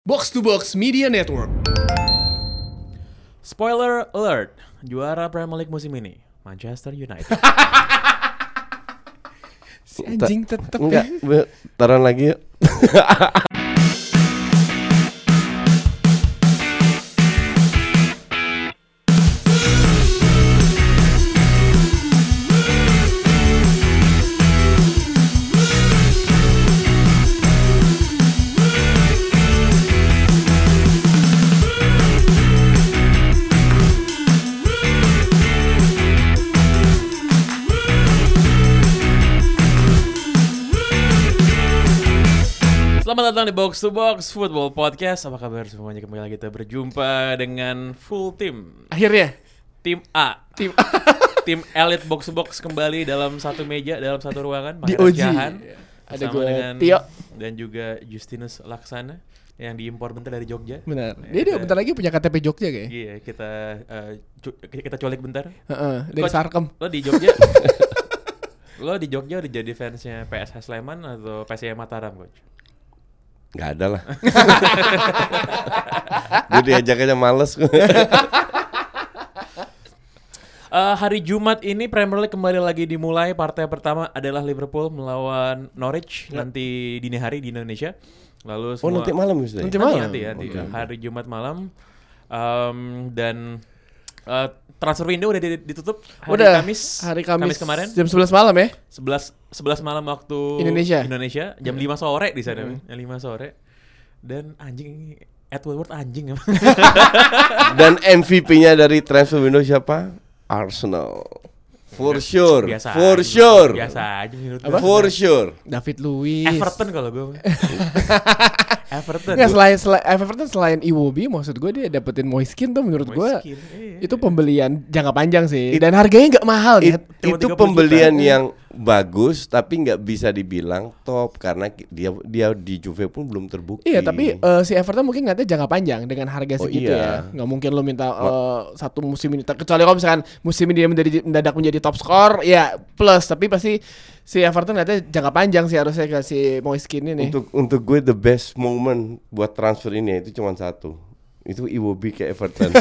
Box to Box Media Network. Spoiler alert, juara Premier League musim ini Manchester United. Si anjing tetep enggak, ya. taruhan lagi yuk. Selamat datang di Box to Box Football Podcast. Apa kabar semuanya? Kembali lagi kita berjumpa dengan full team. Akhirnya Tim A. tim Tim Elite Box to Box kembali dalam satu meja, dalam satu ruangan. di Pangeran OG. Jahan, Ada bersama gue dengan Tio. dan juga Justinus Laksana yang diimpor bentar dari Jogja. Benar. Ya, Dia bentar lagi punya KTP Jogja kayaknya. Iya, kita colek bentar. Heeh, dari Coach, Sarkem. Lo di Jogja Lo di Jogja udah jadi fansnya PSS Sleman atau PSIM Mataram, Coach? Gak ada lah. Gue diajak aja males. Hari Jumat ini Premier League kembali lagi dimulai. Partai pertama adalah Liverpool melawan Norwich nanti dini hari di Indonesia. Lalu Oh semua nanti malam bisa. Nanti malam? Nanti. Okay. Hari Jumat malam. Dan transfer window udah ditutup hari Kamis kemarin. Jam 11 malam ya. 11 malam waktu Indonesia jam 5 sore di sana. Jam 5 sore. Dan anjing Ed Woodward anjing emang. Dan MVP-nya dari transfer window siapa? Arsenal. For sure. Biasa For aja, sure. Biasa aja menurut Apa? gue. For sure. David Luiz. Everton kalau gue. Everton. Nggak, selain Everton selain Iwobi, maksud gue dia dapetin Moiskin tuh menurut gue Moiskin, iya. itu pembelian jangka panjang sih. Dan harganya nggak mahal ya. Cuma Itu 30 pembelian juta. yang bagus tapi nggak bisa dibilang top karena dia di Juve pun belum terbukti. Iya, tapi si Everton mungkin ngeliatnya jangka panjang dengan harga Oh, segitu iya. ya. Nggak mungkin lo minta satu musim ini, kecuali kalau misalkan musim ini dia mendadak menjadi top skor, ya plus. Tapi pasti si Everton ngeliatnya jangka panjang sih harusnya ke si Moiskin ini. Untuk gue the best moment buat transfer ini itu cuma satu. Itu Iwobi ke Everton.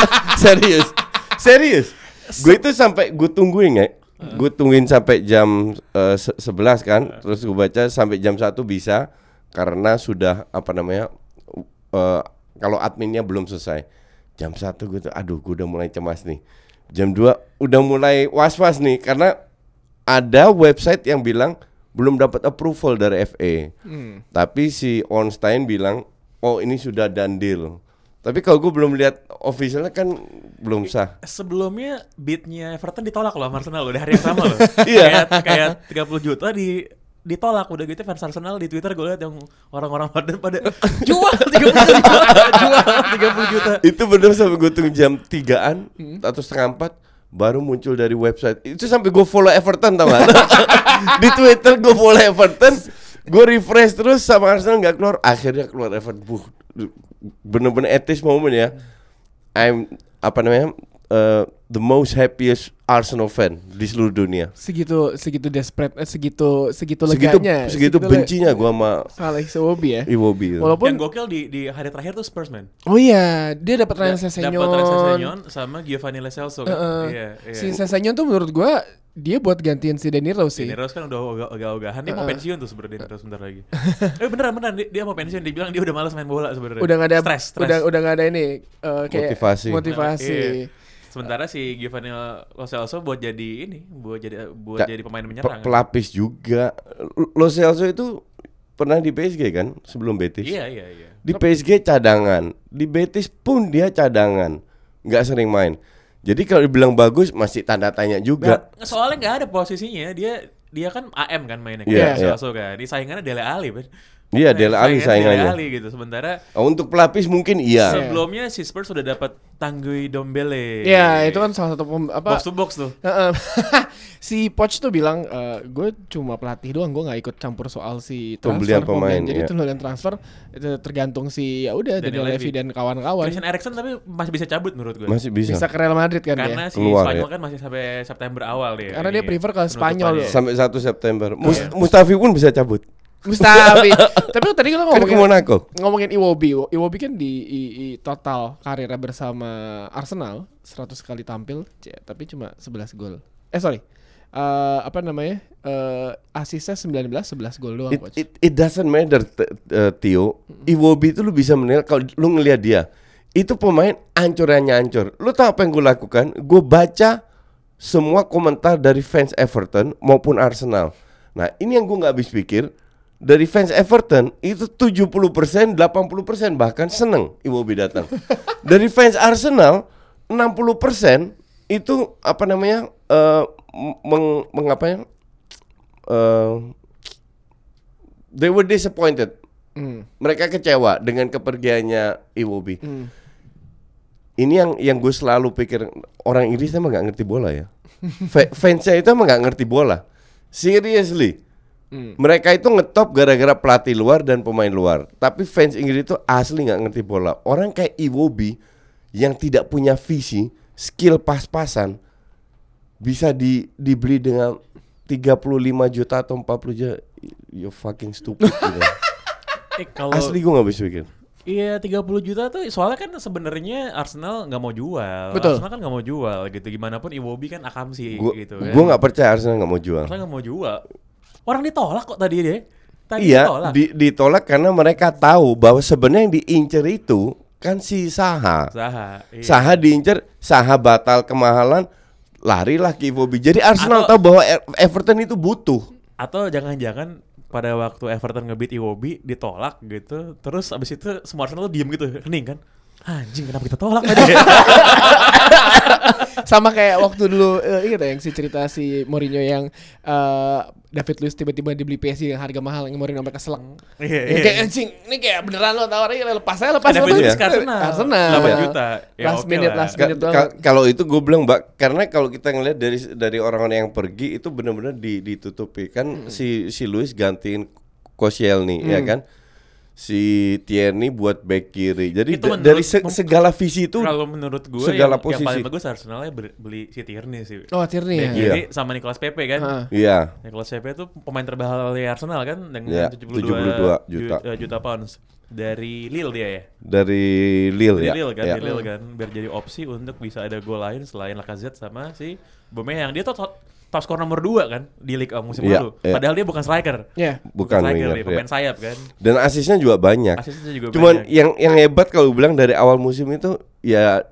Serius. Gue itu sampai gue tungguin ya. Gue tungguin sampai jam 11 kan. Terus gue baca sampai jam 1 bisa karena sudah kalau adminnya belum selesai. Jam 1 gue tuh gue udah mulai cemas nih. Jam 2 udah mulai was-was nih karena ada website yang bilang belum dapat approval dari FA. Tapi si Ornstein bilang, "Oh, ini sudah done deal." Tapi kalau gue belum lihat officialnya kan belum sah. Sebelumnya bidnya Everton ditolak loh sama Arsenal loh, di hari yang sama loh. Iya. Kayak 30 juta ditolak. Udah gitu fans Arsenal di Twitter gue lihat yang orang-orang pada jual 30 juta. Itu bener sampai gue tunggu jam 3-an atau setengah 4 baru muncul dari website. Itu sampai gue follow Everton tau gak? Di Twitter gue follow Everton, gue refresh terus sama Arsenal nggak keluar. Akhirnya keluar Everton. Bener-bener etis moment ya. I'm the most happiest Arsenal fan di seluruh dunia. Segitu desperate, segitu leganya, Segitu bencinya gue sama Saleh Iwobi ya. Iwobi. Walaupun Yang gokil di hari terakhir tuh Spurs man. oh iya, dia dapat Ryan Sessegnon. Dapat Ryan Sessegnon sama Giovanni Lo Celso kan. Iya. Si Sessegnon tuh menurut gua dia buat gantiin si Danny Rose sih. Danny Rose kan udah ogah-ogahan, dia mau pensiun tuh sebenarnya Danny Rose bentar lagi. Beneran dia mau pensiun, dia bilang dia udah malas main bola sebenarnya. Udah nggak ada Stress. udah nggak ada ini kayak motivasi. Iya. Sementara si Giovanni Lo Celso buat jadi pemain menyerang. Pelapis juga. Lo Celso itu pernah di PSG kan sebelum Betis. Iya. Di PSG cadangan, di Betis pun dia cadangan, nggak sering main. Jadi kalau dibilang bagus masih tanda tanya juga. Soalnya nggak ada posisinya, dia kan AM kan mainnya. Iya, Celso kan. Di saingannya Dele Alli, kan. Iya, Dele Alli saingannya. Dele Alli gitu. Sementara Untuk pelapis mungkin iya. sebelumnya si Spurs sudah dapat Tanguy Ndombele. Iya, itu kan salah satu box to box tuh. Si Poch tuh bilang gue cuma pelatih doang, gue nggak ikut campur soal si transfer Pembelian pemain. Jadi Iya. itu pembelian transfer itu tergantung si ya udah Daniel Levy dan kawan-kawan. Christian Eriksen tapi masih bisa cabut menurut gue. Masih bisa. Bisa ke Real Madrid kan Karena dia. si Keluar, Spanyol ya. kan masih sampai September awal dia. Karena dia prefer ke Spanyol loh. Sampai 1 September. Mustafi pun bisa cabut. Mustafi. Tapi tadi kita Kan ke Monaco. ngomongin Iwobi. Iwobi kan di total karirnya bersama Arsenal 100 kali tampil, tapi cuma 11 gol. Asisnya 11 gol doang, coach. It doesn't matter, Tio. Iwobi itu lu bisa menilai kalau lu ngelihat dia. Itu pemain ancurannya ancur. Lu tahu apa yang gue lakukan? Gue baca semua komentar dari fans Everton maupun Arsenal. Nah, ini yang gue nggak habis pikir. Dari fans Everton itu 70%, 80% bahkan seneng Iwobi datang. Dari fans Arsenal 60% itu they were disappointed. Mereka kecewa dengan kepergiannya Iwobi. Ini yang gue selalu pikir, orang Inggris emang nggak ngerti bola ya. Fansnya itu emang nggak ngerti bola. Seriously. Mereka itu ngetop gara-gara pelatih luar dan pemain luar. Tapi fans Inggris itu asli nggak ngerti bola. Orang kayak Iwobi yang tidak punya visi, skill pas-pasan, bisa dibeli dengan 35 juta atau 40 juta. You fucking stupid gitu. Asli gue nggak bisa pikir. Iya 30 juta tuh soalnya kan sebenarnya Arsenal nggak mau jual. Betul. Arsenal kan nggak mau jual gitu. Gimana pun Iwobi kan akamsi gitu kan. Gue nggak percaya Arsenal nggak mau jual. Arsenal nggak mau jual. Orang ditolak kok tadi dia. Iya, ditolak. Ditolak karena mereka tahu bahwa sebenarnya yang diincer itu kan si Saha. Iya. Saha diincer, Saha batal kemahalan, larilah ke Iwobi. Jadi Arsenal tahu bahwa Everton itu butuh. Atau jangan-jangan pada waktu Everton ngebit Iwobi ditolak gitu, terus abis itu semua Arsenal tuh diem gitu, hening kan? Anjing kenapa kita tolak tadi? Sama kayak waktu dulu ingat ya yang cerita si Mourinho yang David Luiz tiba-tiba dibeli PSG yang harga mahal, yang Mourinho sampai keselak. Iya. Kayak anjing, ini kayak beneran lo tawarin lepas David Luiz ke Arsenal 8 juta. Ya, last minute Kalau itu gue bilang, Mbak, karena kalau kita ngelihat dari orang-orang yang pergi itu benar-benar ditutupi kan. Si Luiz gantiin Koscielny ya kan. Si Tierney buat back kiri. Jadi dari segala visi itu, kalau menurut gue segala yang posisi. paling bagus Arsenalnya beli si Tierney sih. Oh, Tierney back ya. kiri sama Nicolas Pepe kan. Iya. Nicolas Pepe itu pemain termahal dari Arsenal kan dengan 72 juta pounds. Dari Lille dia ya. Dari Lille ya. Lille kan, biar jadi opsi untuk bisa ada gol lain selain Lacazette sama si Aubameyang. Dia tuh top skor nomor 2 kan di Liga musim lalu. Padahal dia bukan striker. Bukan striker, winger, dia pemain sayap kan. Dan asisnya juga banyak. banyak. Cuman yang hebat kalau bilang dari awal musim itu ya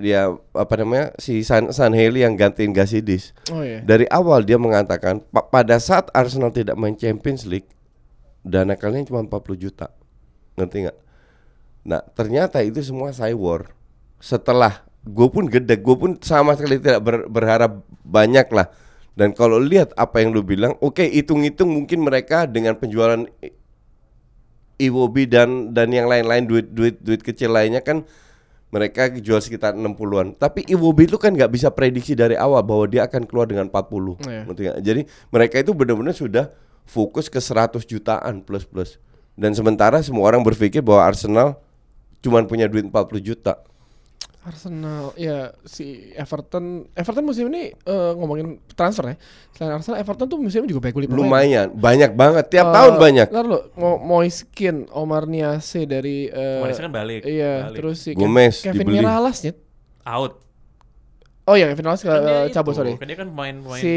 si San Haley yang gantiin Gazidis. Oh iya. Dari awal dia mengatakan pada saat Arsenal tidak main Champions League, dana kalian cuma 40 juta. Ngerti nggak? Nah, ternyata itu semua war. Setelah gue pun gedek, gue pun sama sekali tidak berharap banyak lah. Dan kalau lihat apa yang lu bilang, oke, hitung-hitung mungkin mereka dengan penjualan Iwobi dan yang lain-lain duit kecil lainnya kan mereka jual sekitar 60-an. Tapi Iwobi itu kan nggak bisa prediksi dari awal bahwa dia akan keluar dengan 40. Jadi mereka itu benar-benar sudah fokus ke 100 jutaan plus. Dan sementara semua orang berpikir bahwa Arsenal cuma punya duit 40 juta. Arsenal ya, si Everton musim ini ngomongin transfer ya. Selain Arsenal, Everton tuh musim juga banyak pemain. Lumayan, banyak banget. Tiap tahun banyak. Lalu Moiskin, Omar Niasse dari Omar Niasse kan balik. Iya, terus si Gomez Kevin dibeli. Mirallas nya Out. Oh iya, Kevin Mirallas cabut, sorry. Dia kan pemain Si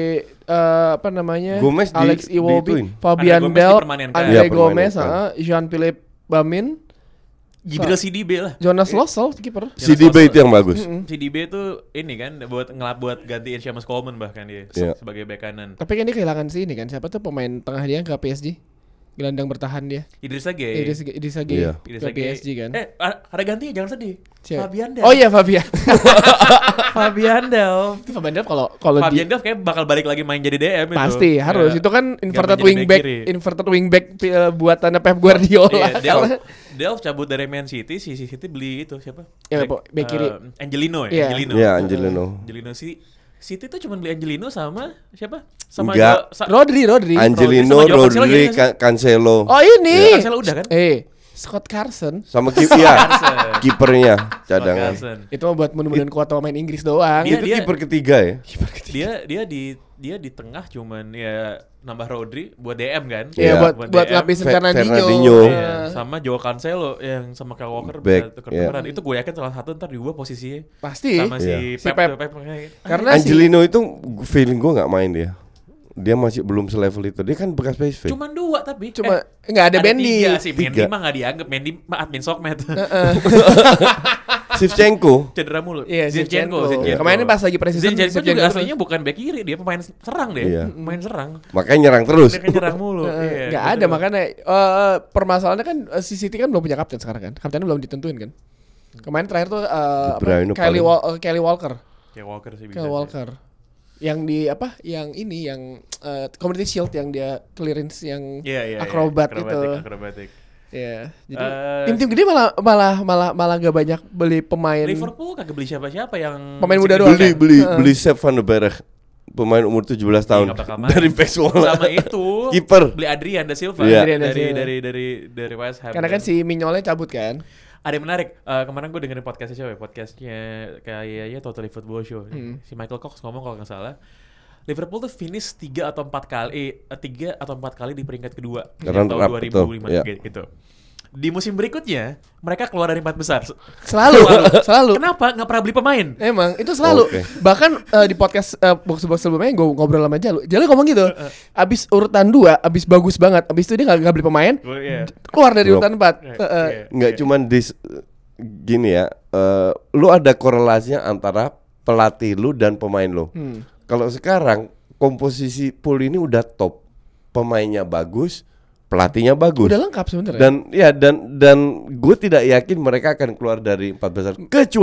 Gomez Alex Iwobi, diituin. Fabian Delph, Andre Iya, Gomez, Jean-Philippe Bamin, Jibril CDB lah. Jonas Lossell kiper. CDB itu yang bagus. CDB itu ini kan buat gantiin Seamus Coleman bahkan dia sebagai bek kanan. Tapi kan dia kehilangan sih ini kan, siapa tuh pemain tengah dia ke PSG? Gelandang bertahan dia. Idrissa Gueye. Idrissa Gueye ke PSG kan. Ada ganti jangan sedih. Fabian Delph. Oh iya Fabian. Fabian Delph. Itu Fabian Delph kalau Fabian Delph kayak bakal balik lagi main jadi DM itu. Pasti harus. Itu kan inverted wingback buatannya Pep Guardiola. Delph cabut dari Man City, si City beli itu siapa? Ya, back kiri. Angelino. Angelino City tuh cuma beli Angelino sama siapa? Sama Rodri. Angelino, Rodri, Cancelo. Oh ini. Cancelo udah kan? Scott Carson sama kipernya cadangan. Itu mah buat menemukan kuota pemain Inggris doang. Itu kiper ketiga ya. Dia di tengah cuman ya nambah Rodri buat DM kan. Iya, Iya. buat DM. lapisin Fernandinho. Fernandinho. Iya, sama Joao Cancelo yang sama Kyle Walker Back, bisa tuker-tukeran. Itu gue yakin salah satu ntar diubah posisinya Pasti. sama Iya. si Si Pep. Pep. Makanya. Karena Angelino itu feeling gue nggak main dia. Dia masih belum selevel itu. Dia kan bekas PSV. Cuman 2 tapi. Cuma nggak ada Bendy. 3 sih. Mendy 3. mah nggak dianggap. Mendy mah admin sokmed. Shevchenko. Cedera mulu. Iya, Zinchenko. Kemarin pas lagi preseason Zinchenko juga Zinchenko aslinya bukan back kiri, dia pemain serang deh. Iya. Pemain serang. Makanya nyerang terus. Dia kan nyerang mulu. Iya, nggak gitu ada doang. makanya permasalahannya kan si City kan belum punya kapten sekarang kan. Kaptennya belum ditentuin kan. Kemarin terakhir tuh Bruyne Kelly Walker. Kayak Walker sih bisa. Kelly sih. Walker. Yang di apa? Yang ini yang Community Shield yang dia clearance yang Iya, iya. akrobat iya. itu. Akrobatik. Iya. Jadi Eh, tim-tim gede malah gak banyak beli pemain. Liverpool kagak beli siapa-siapa yang Pemain muda doang. Beli Sepp van der Berg. Pemain umur 17 tahun. nggak bakal main. Dari PEC Sama itu. Kiper. Beli Adrian da Silva Iya. Adrian da dari Silva. dari West Ham. Karena kan si Mignolnya cabut kan. Ada yang menarik. Kemarin gue dengerin podcastnya siapa ya? Podcastnya kayaknya Totally Football Show. Si Michael Cox ngomong kalau nggak salah, Liverpool tuh finish 3 atau 4 kali di peringkat kedua di Runner tahun up, 2005 betul. gitu. Di musim berikutnya mereka keluar dari 4 besar. Selalu. Kenapa? Nggak pernah beli pemain. Emang itu selalu. Oke. Bahkan di podcast box sebelumnya gue ngobrol sama Jalu ngomong gitu. Abis urutan 2, abis bagus banget. Abis itu dia nggak beli pemain. Iya. Keluar dari Drop. urutan 4. Iya. Nggak cuman gini ya. Lu ada korelasinya antara pelatih lu dan pemain lu. Kalau sekarang komposisi pool ini udah top. Pemainnya bagus, pelatihnya bagus. Udah lengkap sebenarnya. Dan gue tidak yakin mereka akan keluar dari 4 besar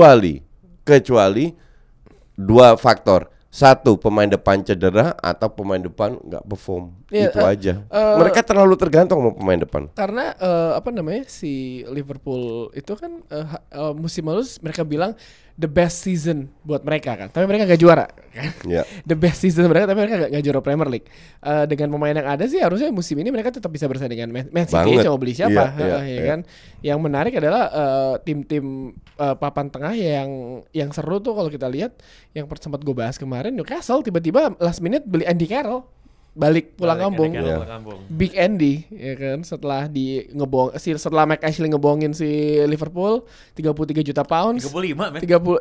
kecuali 2 faktor. 1, pemain depan cedera atau pemain depan nggak perform. Iya, Itu aja. Mereka terlalu tergantung sama pemain depan. Karena apa namanya si Liverpool itu kan musim lalu mereka bilang the best season buat mereka kan, tapi mereka gak juara kan. Ya. The best season mereka tapi mereka gak juara Premier League. Dengan pemain yang ada sih harusnya musim ini mereka tetap bisa bersaing dengan Man City. Banget. Cuma beli siapa Iya, ya kan. Yang menarik adalah tim-tim papan tengah yang seru tuh kalau kita lihat yang sempat gue bahas kemarin, Newcastle tiba-tiba last minute beli Andy Carroll balik pulang kampung. Iya. Big Andy ya kan setelah setelah Mike Ashley ngebohongin si Liverpool 33 juta pounds 35 men.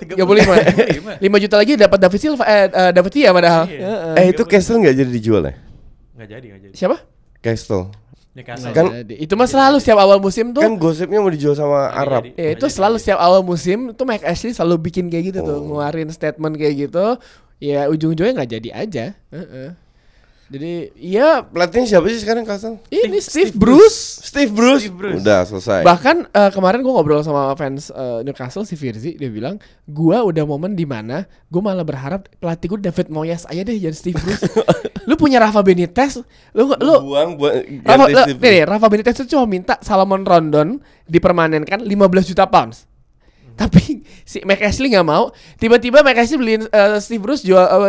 35 5 juta lagi dapat David Silva David Villa padahal. Iya. Itu Castle nggak jadi dijual ya? Nggak jadi. Siapa? Castle. Newcastle. Kan- Jadi, itu mah selalu setiap awal musim tuh Kan gosipnya mau dijual sama Nggak Arab. jadi. ya itu selalu setiap awal musim tuh Mike Ashley selalu bikin kayak gitu tuh ngeluarin statement kayak gitu ya ujung-ujungnya nggak jadi aja. Jadi ya Pelatihnya siapa sih sekarang Castle? ini Steve Bruce. Steve Bruce. Steve Bruce. Udah selesai. Bahkan kemarin gue ngobrol sama fans Newcastle si Firzi, dia bilang gua udah momen di mana gue malah berharap pelatih gue David Moyes aja deh jadi Steve Bruce. Lu punya Rafa Benitez, lu buang buat ganti Steve Bruce. Rafa Benitez itu cuma minta Salomon Rondon dipermanenkan 15 juta pounds. Tapi si Mike Ashley nggak mau. Tiba-tiba Mike Ashley beliin Steve Bruce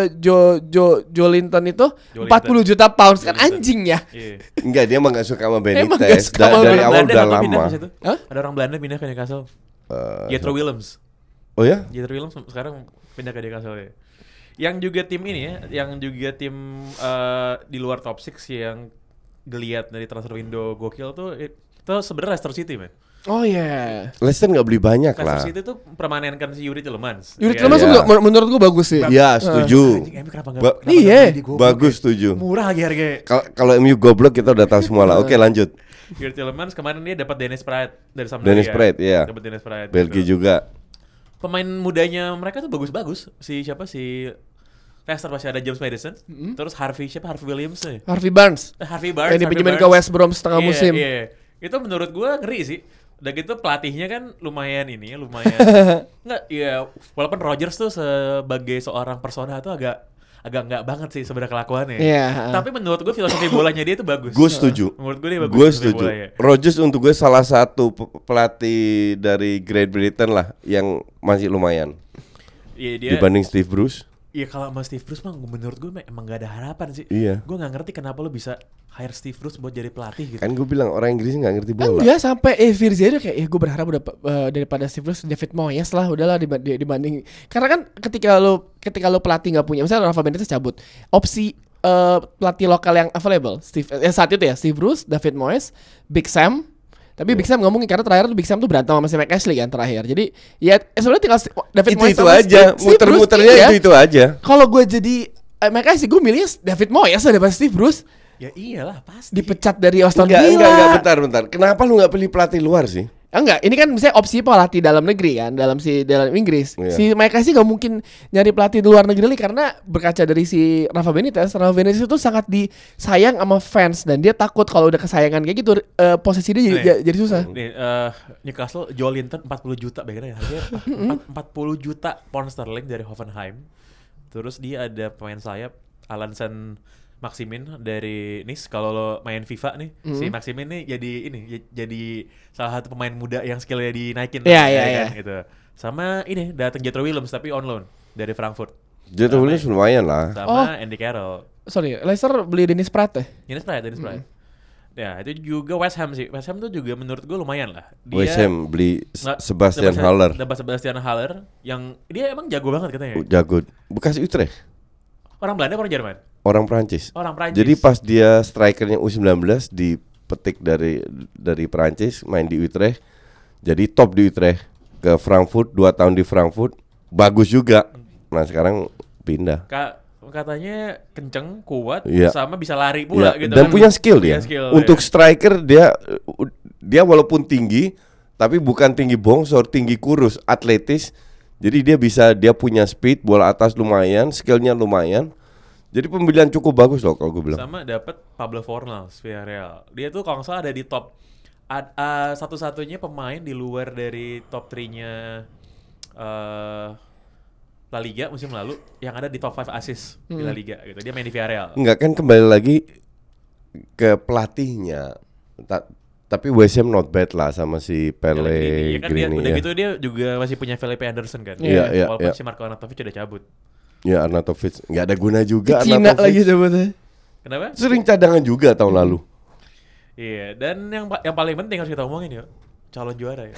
Joelinton itu 40 juta pounds kan anjing ya. Iya. Enggak, dia emang gak suka sama Emang nggak Benitez. suka sama Dari Belanda awal udah atau pindah lama. ke situ? Hah? Ada orang Belanda pindah ke Newcastle. Eh, Jethro Willems. Oh ya? Jethro Willems sekarang pindah ke Newcastle ya. Yang juga tim ini ya, yang juga tim di luar top 6 yang geliat dari transfer window gokil tuh itu sebenarnya Leicester City, men. Oh iya. Leicester nggak beli banyak Leicester lah. City tuh permanenkan si Yuri Tielemans. Yuri Ya, Tielemans Iya. juga menurut gue bagus sih. Ya, setuju. Anjing, MU kenapa Ba- enggak? Iya. Bagus, setuju. Murah lagi harganya. Kalau MU goblok kita udah tahu semua lah. Oke, lanjut. Yuri Tielemans kemarin dia dapat Dennis Praet dari Sampdoria. Dennis Praet, iya. Dapat Dennis Praet. Belgia gitu. juga. Pemain mudanya mereka tuh bagus-bagus. Si Leicester masih ada James Maddison. Terus Harvey Williams nih. Harvey Barnes. Harvey Barnes. Yang dipinjemin Harvey ke Barnes. West Brom setengah Iya, musim. Iya. Itu menurut gua ngeri sih. Udah gitu pelatihnya kan lumayan lumayan. Enggak, ya walaupun Rodgers tuh sebagai seorang persona tuh agak enggak banget sih sebenarnya kelakuannya. Iya. Tapi menurut gua filosofi bolanya dia tuh bagus. Gue setuju. Menurut gua dia bagus. Gue filosofi setuju. bolanya. Rodgers untuk gue salah satu pelatih dari Great Britain lah yang masih lumayan Iya dia. dibanding Steve Bruce. Iya kalau sama Steve Bruce mah menurut gue emang gak ada harapan sih. Iya. Gue nggak ngerti kenapa lo bisa hire Steve Bruce buat jadi pelatih gitu. Kan gue bilang orang Inggris nggak ngerti bola. Enggak sampai Virzi kayak gue berharap udah daripada Steve Bruce David Moyes lah udahlah dibanding karena kan ketika lo pelatih nggak punya misalnya Rafa Benitez cabut opsi pelatih lokal yang available. Saat itu ya Steve Bruce, David Moyes, Big Sam. Tapi Big Sam ngomongin karena terakhir Big Sam tuh berantem sama si Mike Ashley kan terakhir. Jadi ya sebenarnya tinggal David Moyes itu sama aja, muter-muternya iya. itu aja. Kalau gue jadi Mike Ashley, gue milihnya David Moyes daripada Steve Bruce. Ya iyalah pasti. Dipecat dari Aston Villa. Enggak, bentar. Kenapa lu nggak pilih pelatih luar sih? Enggak, ini kan misalnya opsi pelatih dalam negeri kan, dalam Inggris. Iya. Si Mike Ashley gak mungkin nyari pelatih di luar negeri karena berkaca dari si Rafa Benitez itu sangat disayang sama fans dan dia takut kalau udah kesayangan kayak gitu posisi dia jadi susah. Nih, Newcastle Joelinton 40 juta bayangin ya, harganya 40 juta pound sterling dari Hoffenheim. Terus dia ada pemain sayap Alan Maximin dari Nice. Kalau lo main FIFA nih, si Maximin nih jadi salah satu pemain muda yang skillnya dinaikin. Iya. Gitu. Sama ini datang Jethro Williams tapi on loan dari Frankfurt. Jethro Williams lumayan lah. Sama Andy Carroll. Sorry, Leicester beli Dennis Praet ya? Dennis Praet. Ya itu juga West Ham sih. West Ham tuh juga menurut gue lumayan lah. West Ham beli Sebastian Haller. Sebastian Haller yang dia emang jago banget katanya. Jago. Bekas Utrecht. Orang Belanda, orang Jerman. Orang Prancis. Prancis. Jadi pas dia strikernya U19 dipetik dari Prancis, main di Utrecht. Jadi top di Utrecht, ke Frankfurt 2 tahun di Frankfurt, bagus juga. Nah, sekarang pindah. Katanya kenceng, kuat, Iya. sama bisa lari pula gitu. Dan kan. punya skill dia. Untuk striker dia walaupun tinggi, tapi bukan tinggi bongsor, tinggi kurus, atletis. Jadi dia punya speed, bola atas lumayan, skillnya lumayan. Jadi pembelian cukup bagus loh kalau gue bilang. Sama dapat Pablo Fornals Villarreal. Dia tuh kalau nggak salah ada di top satu-satunya pemain di luar dari top 3-nya La Liga musim lalu yang ada di top 5 assist di La Liga gitu. Dia main di Villarreal. Enggak, kan kembali lagi ke pelatihnya. Tapi West Ham not bad lah sama si Pellegrini. Iya kan udah gitu dia juga masih punya Felipe Anderson kan. Iya. Walaupun si Marko Arnautovic udah cabut. Ya Arnautovic nggak ada guna juga. Cina lagi sebetulnya. Kenapa? Sering cadangan juga tahun lalu. Iya, dan yang paling penting harus kita omongin yuk, calon juara ya.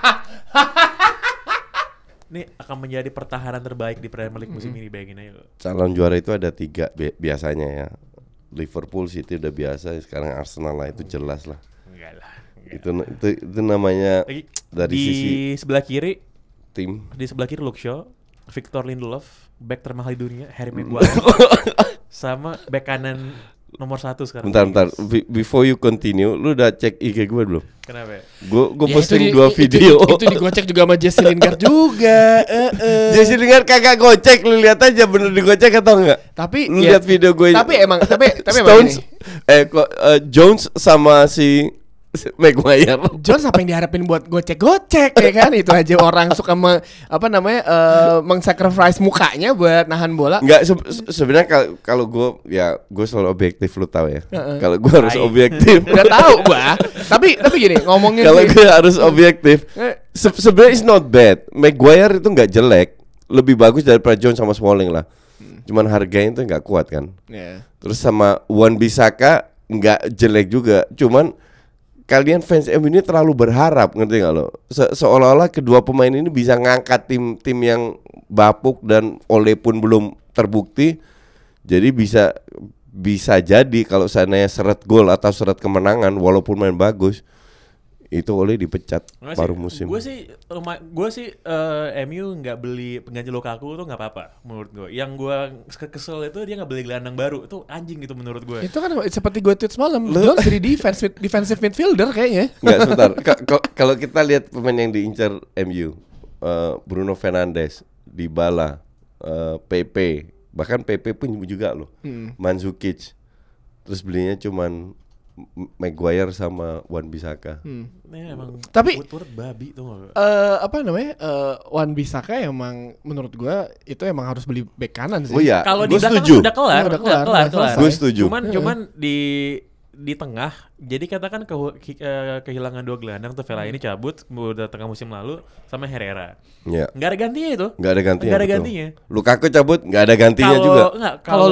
Ini akan menjadi pertahanan terbaik di Premier League musim ini, bayangin aja. Calon juara itu ada 3 biasanya ya. Liverpool, City udah biasa, sekarang Arsenal lah itu jelas lah. Enggak lah. Itu namanya dari di sisi sebelah kiri tim. Di sebelah kiri Luke Shaw, Victor Lindelof, back termahal di dunia, Harry Maguire, sama back kanan nomor 1 sekarang. Bentar. Before you continue, lu udah cek IG gue belum? Kenapa? Gue posting 2 video. Itu digocek juga sama Jesse Lingard juga. Jesse Lingard kagak gocek, lu lihat aja bener digocek atau enggak? Tapi lu lihat video gue. Tapi emang Stones, Jones sama si Maguire. Jones apa yang diharapin buat gocek-gocek ya kan? Itu aja orang suka meng-sacrifice mukanya buat nahan bola. Enggak, sebenarnya kalau gue selalu objektif, lu tahu ya. Kalau gue harus objektif. Udah tahu gua. Tapi gini, ngomongin kalau gue harus objektif. Sebenarnya it's not bad. Maguire itu enggak jelek, lebih bagus daripada Jones sama Smalling lah. Cuman harganya itu enggak kuat kan. Yeah. Terus sama Wan-Bissaka enggak jelek juga, cuman kalian fans MU ini terlalu berharap, ngerti nggak lo? Seolah-olah kedua pemain ini bisa ngangkat tim yang bapuk dan Ole pun belum terbukti. Jadi bisa jadi kalau seandainya seret gol atau seret kemenangan walaupun main bagus, itu Ole dipecat paruh musim. Gue sih MU nggak beli pengganti Lukaku tuh nggak apa-apa menurut gue. Yang gue kesel itu dia nggak beli gelandang baru, itu anjing gitu menurut gue. Itu kan seperti gue tweet semalam, Jones jadi defensive midfielder kayaknya. Nggak, sebentar. Kalau kita lihat pemain yang diincar MU, Bruno Fernandes, Dybala, PP, bahkan PP pun juga loh, Mandzukic. Terus belinya cuman Maguire sama Wan-Bissaka. Emang tapi babi tuh. Wan-Bissaka emang menurut gua itu emang harus beli bek kanan sih. Oh iya, kalau di belakang sudah kelar. Gue setuju. Cuman di tengah, jadi katakan kehilangan 2 gelandang tuh Vela ini cabut udah tengah musim lalu sama Herrera. Iya. Nggak ada gantinya itu. Nggak ada gantinya. Gantinya. Lukaku cabut, nggak ada gantinya juga. Kalau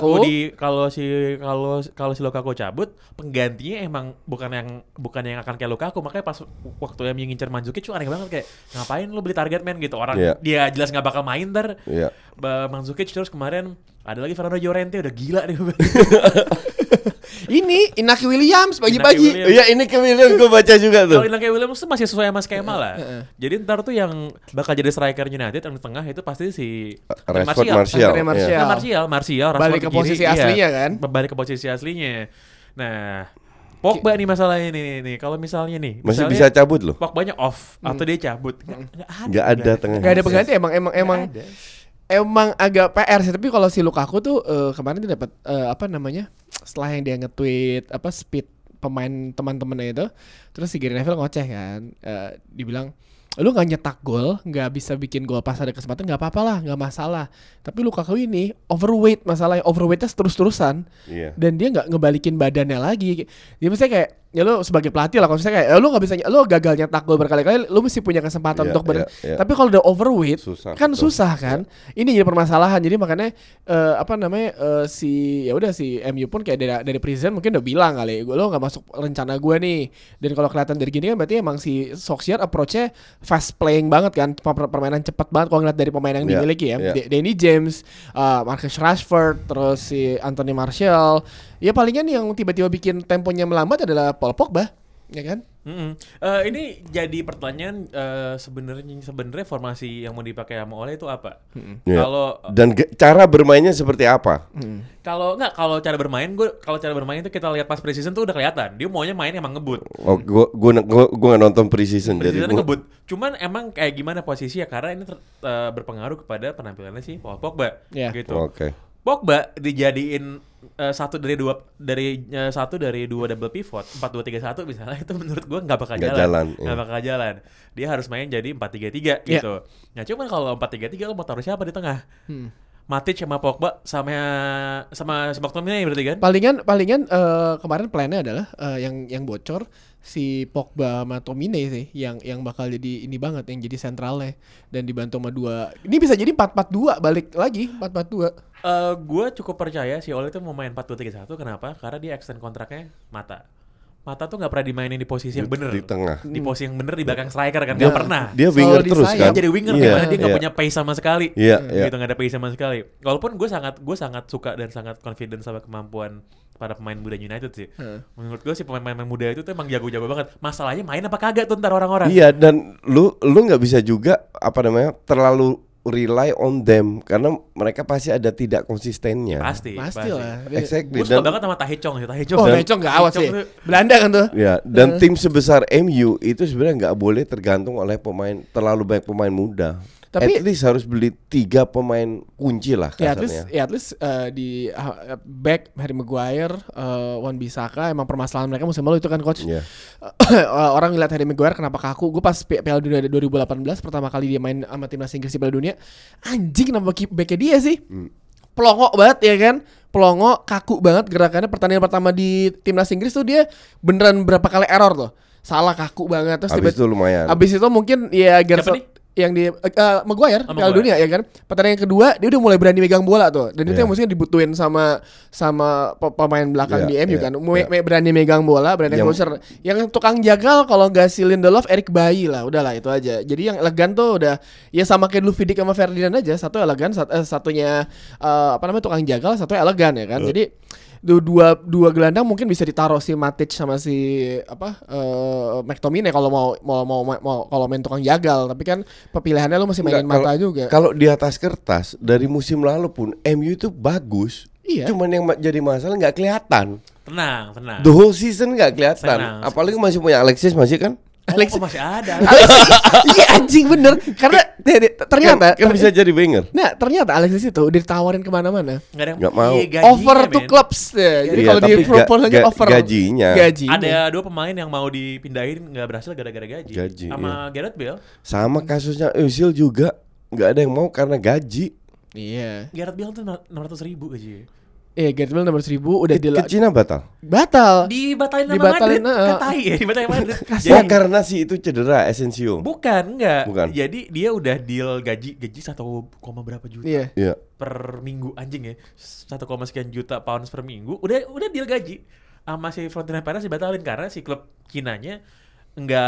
si Lukaku cabut, penggantinya emang bukan yang akan kayak Lukaku. Makanya pas waktu yang ngincer Mandzukic itu aneh banget, kayak ngapain lu beli target man gitu. Orang dia jelas nggak bakal main Mandzukic. Terus kemarin Ada lagi Fernando Llorente udah gila nih. Ini Inaki Williams pagi-pagi. Inaki Iya, ini ke William gue baca juga tuh. Kalau Inaki Williams tuh masih sesuai sama skema lah. Jadi ntar tuh yang bakal jadi striker United yang di tengah itu pasti si Rashford, Martial. Martial. Martial Balik ke posisi aslinya kan? Balik ke posisi aslinya. Nah, Pogba nih masalahnya nih. Kalau misalnya nih, Masih misalnya bisa cabut loh. Pogbanya off atau dia cabut. Nggak ada tengah. Gak ada pengganti emang agak PR sih. Tapi kalau si Lukaku tuh kemarin dia dapat setelah yang dia nge-tweet speed pemain teman-temannya itu, terus si Gary Neville ngoceh kan, dibilang lu nggak nyetak gol, nggak bisa bikin gol pas ada kesempatan, nggak apa-apa lah, nggak masalah. Tapi Lukaku ini overweight, masalahnya overweightnya terus-terusan, dan dia nggak ngebalikin badannya lagi. Dia misalnya kayak ya lu sebagai pelatih lah, kalau misalnya kayak lu nggak bisa, lu gagal nyetak gol berkali-kali, lu mesti punya kesempatan untuk tapi kalau udah overweight susah kan. Ini jadi permasalahan. Jadi makanya si MU pun kayak dari presiden mungkin udah bilang kali, lu nggak masuk rencana gue nih. Dan kalau kelihatan dari gini kan berarti emang si Solskjaer approach-nya fast playing banget kan, permainan cepat banget kalau ngeliat dari pemain yang dimiliki ya. Danny James, Marcus Rashford, terus si Anthony Martial. Ya palingan yang tiba-tiba bikin temponya melambat adalah Paul Pogba, ya kan? Ini jadi pertanyaan, sebenarnya formasi yang mau dipakai sama Ole itu apa? Kalau dan cara bermainnya seperti apa? Kalau cara bermain itu kita lihat pas preseason tuh udah kelihatan. Dia maunya main emang ngebut. Oh, gua nggak nonton preseason jadi ngebut. Cuman emang kayak gimana posisi ya, karena ini berpengaruh kepada penampilannya si Paul Pogba gitu. Pogba dijadiin satu dari dua double pivot 4-2-3-1 misalnya, itu menurut gue nggak bakal jalan. Dia harus main jadi 4-3-3 gitu. Nah cuman kalau 4-3-3 lo mau taruh siapa di tengah? Matic sama Pogba sama si McTominay berarti kan? Palingan kemarin plannya adalah yang bocor si Pogba sama Tomine sih yang bakal jadi ini banget, yang jadi sentralnya dan dibantu sama dua. Ini bisa jadi 4-4-2 balik lagi 4-4-2. Gue cukup percaya si Ole itu mau main 4-2-3-1. Kenapa? Karena dia extend kontraknya Mata tuh nggak pernah dimainin di posisi yang bener, di tengah, di posisi yang bener di belakang striker kan, nggak pernah. Dia winger terus kan, jadi winger gimana dia nggak punya pace sama sekali, gitu, nggak ada pace sama sekali. Walaupun gue sangat suka dan sangat confident sama kemampuan para pemain muda United sih. Menurut gue sih pemain muda itu tuh emang jago-jago banget. Masalahnya main apa kagak tuh ntar orang-orang. Iya, dan lu nggak bisa juga terlalu rely on them karena mereka pasti ada tidak konsistennya. Pasti lah. Exactly. Gue suka banget sama Tahechong. Tahechong nggak awas sih. Belanda kan tuh. Ya, dan tim sebesar MU itu sebenarnya nggak boleh tergantung oleh terlalu banyak pemain muda. Tapi at least harus beli 3 pemain kunci lah kasarnya. At least di back Harry Maguire, Wan-Bissaka, emang permasalahan mereka musim lalu itu kan coach. Orang ngeliat Harry Maguire kenapa kaku. Gue pas Piala Dunia 2018 pertama kali dia main sama timnas Inggris di Piala Dunia, anjing kenapa backnya dia sih? Pelongo banget ya kan? Pelongo, kaku banget gerakannya. Pertandingan pertama di timnas Inggris tuh dia beneran berapa kali error tuh. Salah, kaku banget. Terus abis itu lumayan. Abis itu mungkin ya yang di Maguire Piala Dunia ya kan. Pertandingan kedua dia udah mulai berani megang bola tuh. Dan itu yang mestinya dibutuhin sama pemain belakang di MU kan. Berani megang bola, berani closer. Yang tukang jagal kalau enggak si Lindelof, Eric Bailly lah, udahlah itu aja. Jadi yang elegan tuh udah ya sama kayak dulu Vidic sama Ferdinand aja, satu elegan, satunya tukang jagal, satu elegan ya kan. Jadi dua gelandang mungkin bisa ditaruh si Matic sama si McTominay kalau mau main tukang jagal, tapi kan pilihannya lu masih mainin Mata juga. Kalau di atas kertas dari musim lalu pun MU itu bagus. Cuman yang jadi masalah nggak kelihatan. Tenang. The whole season nggak kelihatan. Apalagi masih punya Alexis masih kan? Alexis masih ada. Iya anjing bener. Karena ternyata kan bisa jadi winger. Nah ternyata Alexis itu ditawarin kemana-mana. Nggak mau. Over to clubs ya. Jadi kalau di propose aja over. Gajinya. Ada 2 pemain yang mau dipindahin nggak berhasil gara-gara gaji. Sama Gareth Bale. Sama kasusnya Özil juga nggak ada yang mau karena gaji. Iya. Gareth Bale tuh 600.000 gaji. Gareth Bale 600.000 udah ke Cina batal. Dibatalin sama Madrid. Dibatalin Madrid. Karena si itu cedera Asensio. Bukan. Jadi dia udah deal gaji 1, berapa juta per minggu, anjing ya. 1, sekian juta pounds per minggu. Udah deal gaji. Sama si Florentino Perez dibatalin karena si klub Cinanya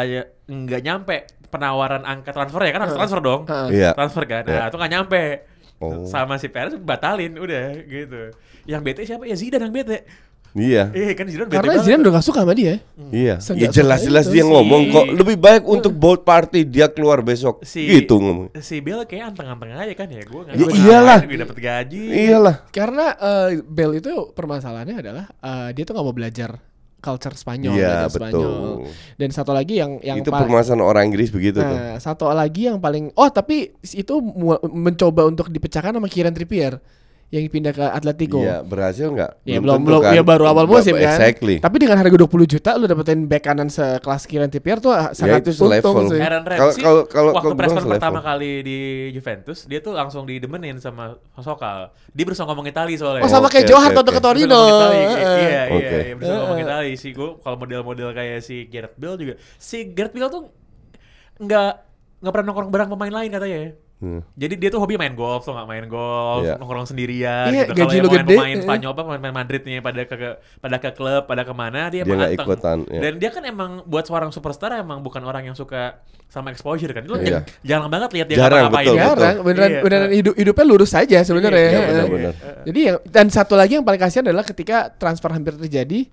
enggak nyampe penawaran angka transfer ya kan, harus transfer dong. Transfer kan. Nah, itu enggak nyampe. Sama si Perez batalin udah gitu. Yang bete siapa? Ya Zidane yang bete. Iya. Kan Zidane bete Karena banget. Zidane udah gak suka sama dia. Iya. Seenggak Ya jelas-jelas suka dia itu ngomong sih. kok lebih baik untuk both party dia keluar besok. Gitu ngomong. Si Bale kayak anteng-anteng aja kan ya. Gue Ya iyalah. Gue dapet gaji. Iyalah. Karena Bale itu permasalahannya adalah dia tuh gak mau belajar culture Spanyol, Iya, belajar Spanyol. betul. Dan satu lagi yang Itu permasalahan orang Inggris begitu tuh. Nah, satu lagi yang paling tapi itu mencoba untuk dipecahkan sama Kieran Trippier yang pindah ke Atletico. Iya, berhasil nggak? Ya belum tentu kan. ya baru awal musim kan. Exactly. Tapi dengan harga 20 juta lu dapetin back kanan sekelas Kieran Trippier tuh sangat itu untung selevel. sih. Aaron Ramsey waktu gua transfer selevel. pertama kali di Juventus dia tuh langsung didemenin sama Sokal. Dia berusaha ngomong Itali soalnya. Oh sama kayak Oke, Johar oke, waktu ke oke. Torino. Iya, Oke. berusaha ngomong Itali sih. Gue kalau model-model kayak si Gareth Bale juga. Si Gareth Bale tuh nggak pernah nongkrong bareng pemain lain katanya. Jadi dia tuh hobi main golf, tuh nggak main golf, Iya. nongkrong sendirian. Iya, gitu. Kalau gaji yang lu gede. pemain Spanyol pemain Madrid nih pada ke klub, pada kemana dia Dia emang nggak anteng. ikutan, ya. Dan dia kan emang buat seorang superstar emang bukan orang yang suka sama exposure kan. Lu Iya. jarang banget lihat dia Jarang, ngapa-ngapain. betul. Jarang, beneran hidupnya lurus saja sebenarnya. Iya, benar-benar. Jadi dan satu lagi yang paling kasihan adalah ketika transfer hampir terjadi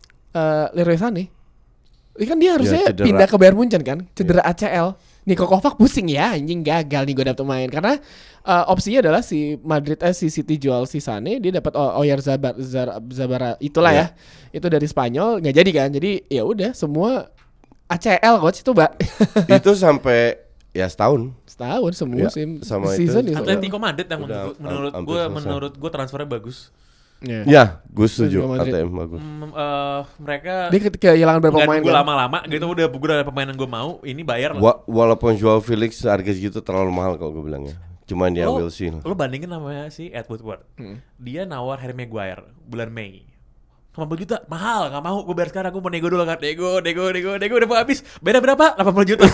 Leroy Sané. Ini kan dia harusnya cedera. pindah ke Bayern Munchen kan, cedera ACL. Niko Kovac pusing ya, anjing gagal nih gue dapet main karena opsinya adalah si City jual si Sané, dia dapat Zabara itulah ya. Itu dari Spanyol nggak jadi kan. Jadi ya udah semua ACL coach itu, Mbak. Itu sampai ya setahun. Setahun semusim sama season itu, itu. Atletico Madrid yang Udah menurut hampir gue transfernya bagus. Ya, gue setuju. Atletico Madrid. ATM bagus. Mereka Dia ketika kehilangan beberapa nggak pemain nunggu kan. lama-lama gitu udah ada pemain yang gue mau ini bayar lah. Walaupun Joao Felix harga segitu terlalu mahal kalau gue bilang ya. Cuman ya we'll see. Lo bandingin namanya si Ed Woodward. Dia nawar Harry Maguire bulan Mei. 80 juta mahal, nggak mau gue bayar sekarang, gue mau nego dulu kan. Nego udah mau habis. Beda berapa? 80 juta.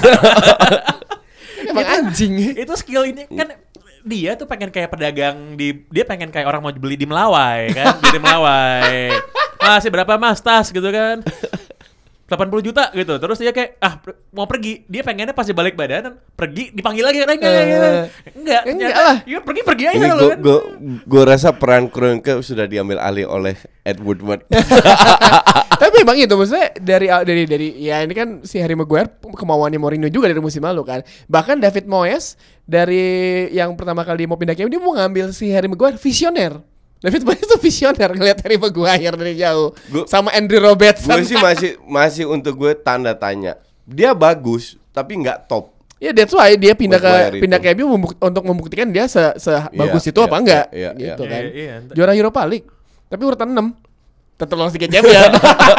Emang anjing. Itu skill ini kan dia tuh pengen kayak pedagang dia pengen kayak orang mau beli di Melawai kan, di Melawai. Masih berapa Mas tas gitu kan. 80 juta gitu. Terus dia kayak mau pergi. Dia pengennya pas balik badan pergi dipanggil lagi kan enggak. Enggak lah. Iya pergi aja Ini lo kan. gue rasa peran Kroenke sudah diambil alih oleh Ed Woodward. Tapi memang itu maksudnya dari ya ini kan si Harry Maguire kemauannya Mourinho juga dari musim lalu kan. Bahkan David Moyes dari yang pertama kali mau pindah ke MU dia mau ngambil si Harry Maguire visioner. David Moyes itu visioner ngelihat Harry Maguire dari jauh. Sama Andrew Robertson. Gue sih masih untuk gue tanda tanya. Dia bagus tapi nggak top. Ya that's why dia pindah Maguire ke MU untuk membuktikan dia sebagus itu apa enggak gitu kan. Juara Europa League. Tapi urutan 6. Tetap lolos Liga Champions.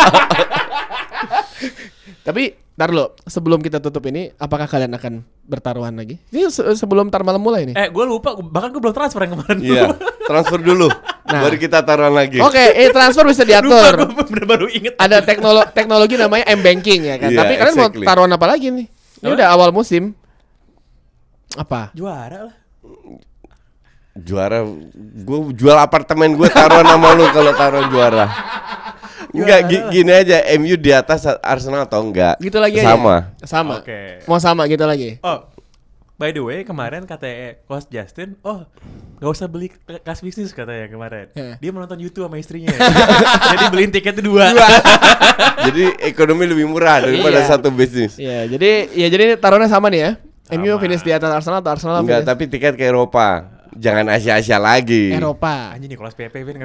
Tapi ntar dulu, sebelum kita tutup ini, apakah kalian akan bertaruhan lagi? Ini sebelum tar malam mulai nih. Gue lupa, bahkan gue belum transfer yang kemarin. Iya, transfer dulu. Baru kita taruhan lagi. Oke, transfer bisa Lupa, diatur. gue baru inget. Ada teknologi namanya M-banking ya kan. Iya, Tapi kalian exactly. mau taruhan apa lagi nih? Ini udah awal musim. Apa? Juara lah. Juara, gue jual apartemen gue taruhan sama lu kalau taruhan juara. Enggak, gini aja, MU di atas Arsenal atau enggak? Gitu lagi sama. aja. Sama. Oke. Mau sama gitu lagi. Oh, by the way kemarin kata Coach Justin, gak usah beli kas bisnis katanya kemarin. Dia menonton YouTube sama istrinya. Jadi beliin tiket 2. Jadi ekonomi lebih murah daripada Iya. satu bisnis. Iya, jadi taruhannya sama nih ya. MU Sama. finish di atas Arsenal atau Arsenal Enggak, finish tapi tiket ke Eropa. Jangan Asia-Asia lagi. Eropa. Anjing Nicolas Pepe kan.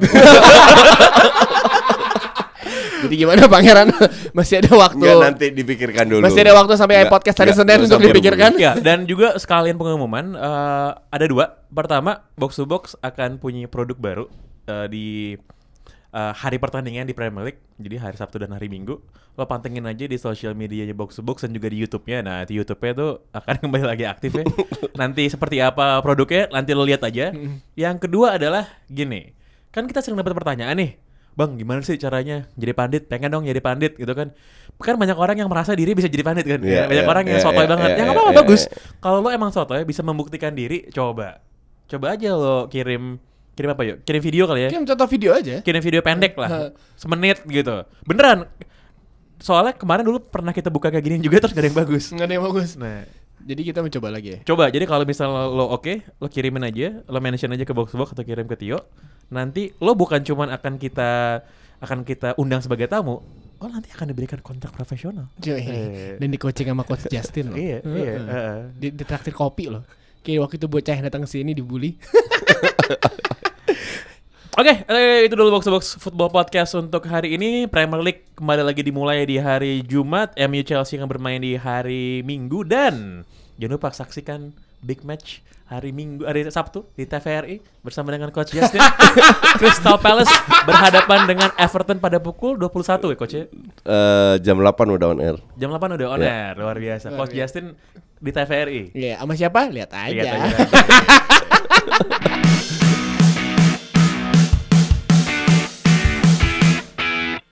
Jadi gimana Pangeran? Masih ada waktu. Enggak, nanti dipikirkan dulu. Masih ada waktu sampai Enggak, podcast hari enggak, Senin enggak untuk usah dipikirkan. Ya, dan juga sekalian pengumuman ada 2. Pertama, Box to Box akan punya produk baru di hari pertandingan di Premier League. Jadi hari Sabtu dan hari Minggu. Lo pantengin aja di sosial medianya Box to Box dan juga di YouTube-nya. Nah, di YouTube-nya tuh akan kembali lagi aktif ya. Nanti seperti apa produknya, nanti lo lihat aja. Yang kedua adalah gini. Kan kita sering dapat pertanyaan nih. Bang, gimana sih caranya jadi pandit? Pengen dong jadi pandit gitu kan. Kan banyak orang yang merasa diri bisa jadi pandit kan. Yeah, banyak orang yang sotoy banget. Ya nggak apa-apa, bagus. Kalau lo emang sotoy bisa membuktikan diri, coba aja lo kirim apa yuk? Kirim video kali ya. Kirim contoh video aja. Kirim video pendek lah. Semenit gitu. Beneran. Soalnya kemarin dulu pernah kita buka kayak gini juga terus gak ada yang bagus. Nggak ada yang bagus. Nah, Jadi kita mencoba lagi ya. Coba, jadi kalau misalnya lo oke, lo kirimin aja, lo mention aja ke box atau kirim ke Tio. Nanti lo bukan cuman akan kita undang sebagai tamu, oh nanti akan diberikan kontrak profesional. Dan di coaching sama coach Justin loh. Iya. Ditraktir kopi loh. Kayak waktu itu bocah yang datang ke sini dibully. Oke, itu dulu Box Football Podcast untuk hari ini. Premier League kembali lagi dimulai di hari Jumat. MU Chelsea yang bermain di hari Minggu. Dan jangan lupa saksikan big match hari Sabtu di TVRI bersama dengan Coach Justin. Crystal Palace berhadapan dengan Everton pada pukul 21 ya Coach ya? Jam 8 udah on air. Jam 8 udah on air, luar biasa. Coach Justin di TVRI. Iya, sama siapa? Lihat aja. Lihat aja.